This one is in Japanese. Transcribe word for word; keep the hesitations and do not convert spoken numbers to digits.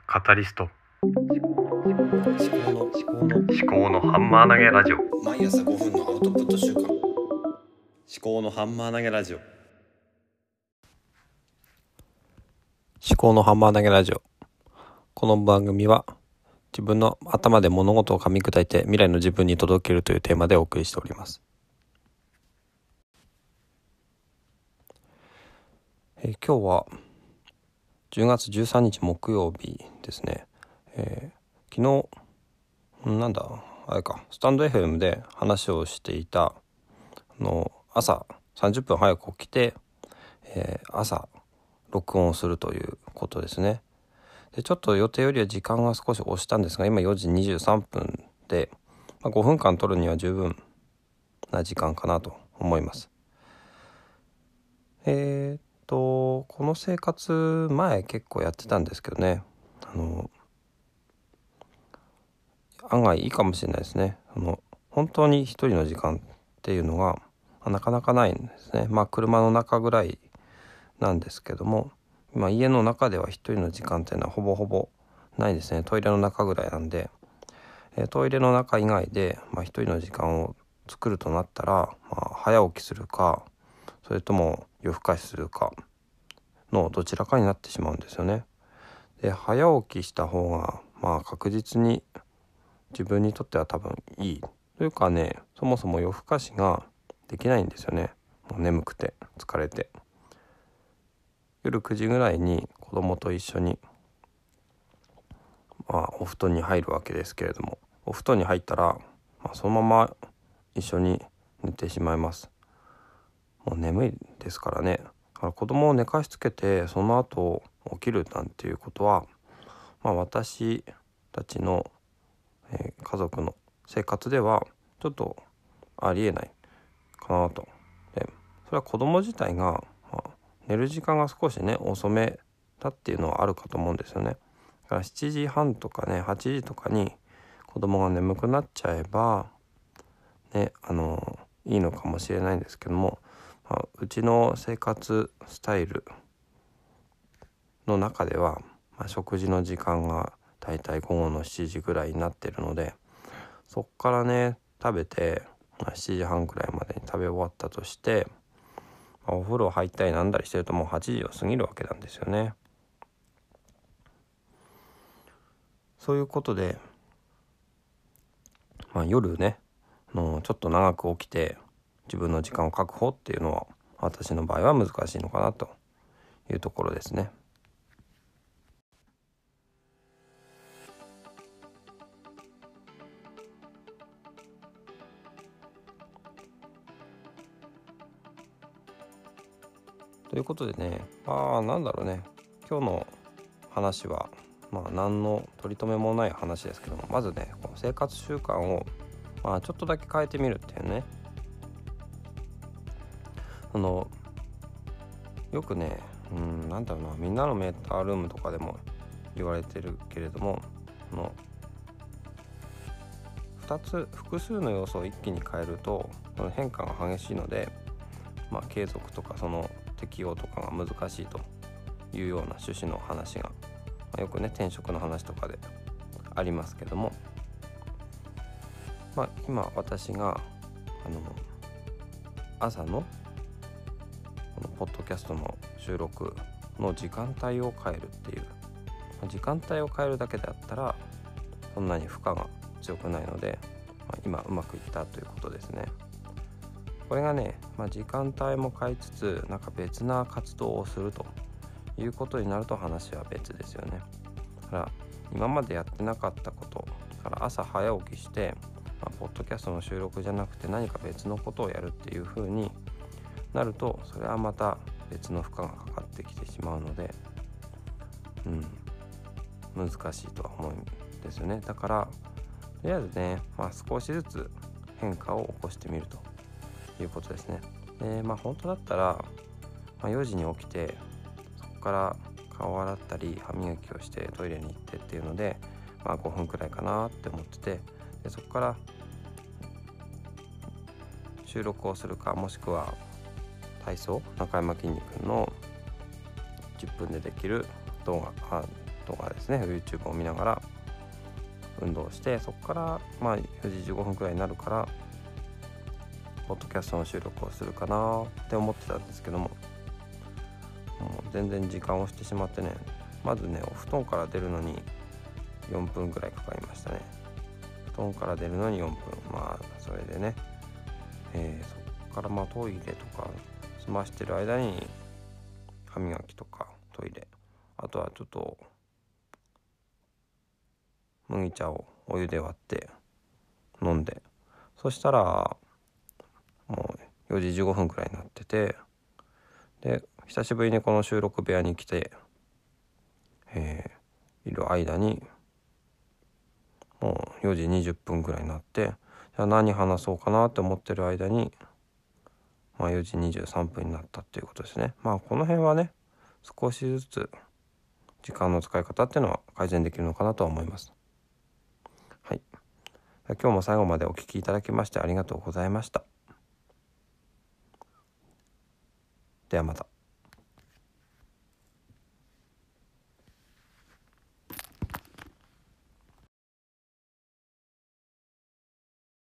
カタリスト思考の思考の思考のハンマー投げラジオ。 毎朝ごふんのアウトプット週間、思考のハンマー投げラジオ思考のハンマー投げラジオ。この番組は自分の頭で物事を噛み砕いて未来の自分に届けるというテーマでお送りしております。えー、今日はじゅうがつじゅうさんにち木曜日ですね。えー、昨日なんだあれかスタンド エフエム で話をしていたの朝さんじゅっぷん早く起きて、えー、朝録音をするということですね。でちょっと予定よりは時間が少し押したんですが、今よじにじゅうさんぷんで、まあ、ごふんかん撮るには十分な時間かなと思います。えー、っとこの生活前結構やってたんですけどね、あの案外いいかもしれないですね。あの本当に一人の時間っていうのがなかなかないんですね。まあ車の中ぐらいなんですけども、今家の中では一人の時間っていうのはほぼほぼないですね。トイレの中ぐらいなんで、えー、トイレの中以外で、まあ、一人の時間を作るとなったら、まあ、早起きするかそれとも夜更かしするかのどちらかになってしまうんですよね。で早起きした方がまあ確実に自分にとっては多分いいというかね、そもそも夜更かしができないんですよね。もう眠くて疲れて、夜くじぐらいに子供と一緒に、まあ、お布団に入るわけですけれども、お布団に入ったら、まあ、そのまま一緒に寝てしまいます。もう眠いですからね。だから子供を寝かしつけてその後起きるなんていうことは、まあ、私たちの、えー、家族の生活ではちょっとありえないかなと。でそれは子供自体が、まあ、寝る時間が少しね遅めだっていうのはあるかと思うんですよね。だからしちじはんとかねはちじとかに子供が眠くなっちゃえばね、あのいいのかもしれないんですけども、まあ、うちの生活スタイルの中では、まあ、食事の時間がだいたい午後のしちじぐらいになってるので、そっからね食べて、まあ、しちじはんくらいまでに食べ終わったとして、まあ、お風呂入ったりなんだりしてるともうはちじを過ぎるわけなんですよね。そういうことで、まあ、夜ねのちょっと長く起きて自分の時間を確保っていうのは私の場合は難しいのかなというところですね。ということでね、まあなんだろうね、今日の話はまあ何の取り留めもない話ですけども、まずねこの生活習慣をまあちょっとだけ変えてみるっていうね、あのよくね、うん、なんだろうな、みんなのメータールームとかでも言われてるけれども、このふたつ複数の要素を一気に変えるとその変化が激しいので、まあ、継続とかその適応とかが難しいというような趣旨の話が、まあ、よくね転職の話とかでありますけども、まあ、今私があの朝のこのポッドキャストの収録の時間帯を変えるっていう、時間帯を変えるだけであったらそんなに負荷が強くないので、まあ、今うまくいったということですね。これがね、まあ、時間帯も変えつつなんか別な活動をするということになると話は別ですよね。だから今までやってなかったことから朝早起きして、まあ、ポッドキャストの収録じゃなくて何か別のことをやるっていう風になると、それはまた別の負荷がかかってきてしまうので、うん、難しいとは思うんですよね。だからとりあえずね、まあ、少しずつ変化を起こしてみるということですね。で、まあ本当だったら、まあ、よじに起きてそこから顔を洗ったり歯磨きをしてトイレに行ってっていうので、まあ、ごふんくらいかなって思ってて、でそこから収録をするか、もしくは体操中山きんに君のじゅっぷんでできる動画あとかですね YouTube を見ながら運動して、そこからまあよじじゅうごふんくらいになるからポッドキャストの収録をするかなって思ってたんですけども、もう全然時間をしてしまってね、まずねお布団から出るのによんぷんぐらいかかりましたね。布団から出るのによんぷん、まあそれでね、えー、そこからまあトイレとか済ましてる間に歯磨きとかトイレ、あとはちょっと麦茶をお湯で割って飲んで、そしたらもうよじじゅうごふんくらいになってて、で久しぶりにこの収録部屋に来て、えー、いる間にもうよじにじゅっぷんくらいになって、じゃあ何話そうかなって思ってる間に、まあ、よじにじゅうさんぷんになったっていうことですね。まあこの辺はね少しずつ時間の使い方っていうのは改善できるのかなとは思います。はい、今日も最後までお聞きいただきましてありがとうございました。ではまた。